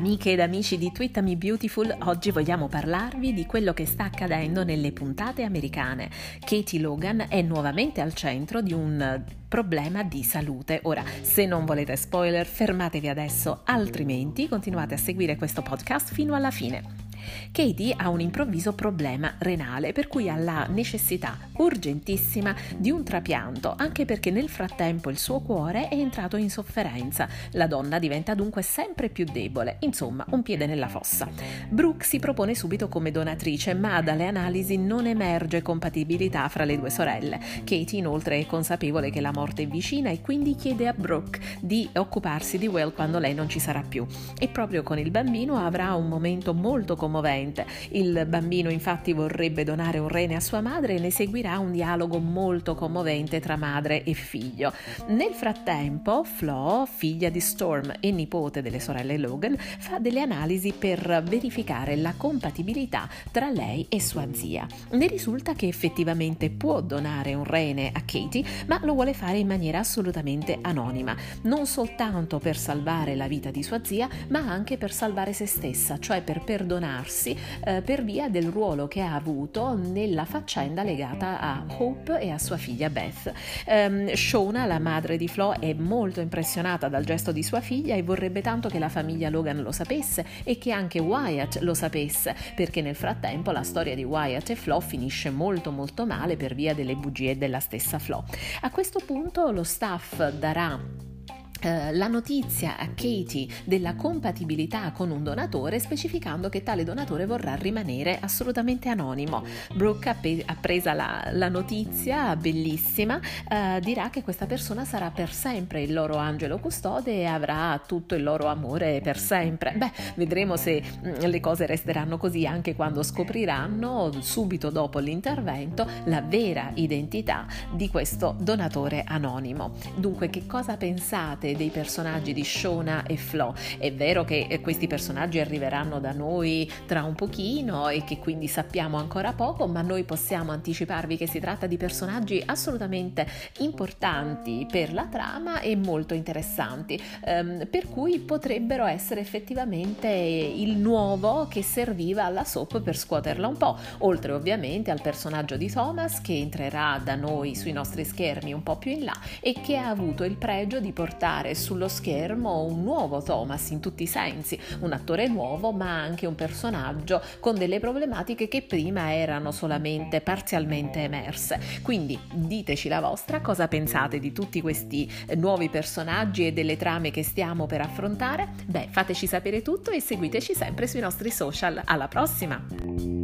amiche ed amici di Twittami Beautiful, oggi vogliamo parlarvi di quello che sta accadendo nelle puntate americane. Katie Logan è nuovamente al centro di un problema di salute. Ora, se non volete spoiler, fermatevi adesso, altrimenti continuate a seguire questo podcast fino alla fine. Katie ha un improvviso problema renale per cui ha la necessità urgentissima di un trapianto, anche perché nel frattempo il suo cuore è entrato in sofferenza. La donna diventa dunque sempre più debole, insomma un piede nella fossa. Brooke si propone subito come donatrice, ma dalle analisi non emerge compatibilità fra le due sorelle. Katie inoltre è consapevole che la morte è vicina e quindi chiede a Brooke di occuparsi di Will quando lei non ci sarà più. E proprio con il bambino avrà un momento molto commovente. Il bambino infatti vorrebbe donare un rene a sua madre e ne seguirà un dialogo molto commovente tra madre e figlio. Nel frattempo Flo, figlia di Storm e nipote delle sorelle Logan, fa delle analisi per verificare la compatibilità tra lei e sua zia. Ne risulta che effettivamente può donare un rene a Katie, ma lo vuole fare in maniera assolutamente anonima, non soltanto per salvare la vita di sua zia, ma anche per salvare se stessa, cioè per perdonarsi per via del ruolo che ha avuto nella faccenda legata a Hope e a sua figlia Beth. Shauna, la madre di Flo, è molto impressionata dal gesto di sua figlia e vorrebbe tanto che la famiglia Logan lo sapesse e che anche Wyatt lo sapesse, perché nel frattempo la storia di Wyatt e Flo finisce molto molto male per via delle bugie della stessa Flo. A questo punto lo staff darà la notizia a Katie della compatibilità con un donatore, specificando che tale donatore vorrà rimanere assolutamente anonimo. Brooke, appresa la notizia bellissima, dirà che questa persona sarà per sempre il loro angelo custode e avrà tutto il loro amore per sempre. Vedremo se le cose resteranno così anche quando scopriranno, subito dopo l'intervento, la vera identità di questo donatore anonimo. Dunque, che cosa pensate dei personaggi di Shauna e Flo? È vero che questi personaggi arriveranno da noi tra un pochino e che quindi sappiamo ancora poco, ma noi possiamo anticiparvi che si tratta di personaggi assolutamente importanti per la trama e molto interessanti, per cui potrebbero essere effettivamente il nuovo che serviva alla soap per scuoterla un po', oltre ovviamente al personaggio di Thomas, che entrerà da noi sui nostri schermi un po' più in là e che ha avuto il pregio di portare sullo schermo un nuovo Thomas in tutti i sensi, un attore nuovo ma anche un personaggio con delle problematiche che prima erano solamente parzialmente emerse. Quindi diteci la vostra, cosa pensate di tutti questi nuovi personaggi e delle trame che stiamo per affrontare? Fateci sapere tutto e seguiteci sempre sui nostri social. Alla prossima!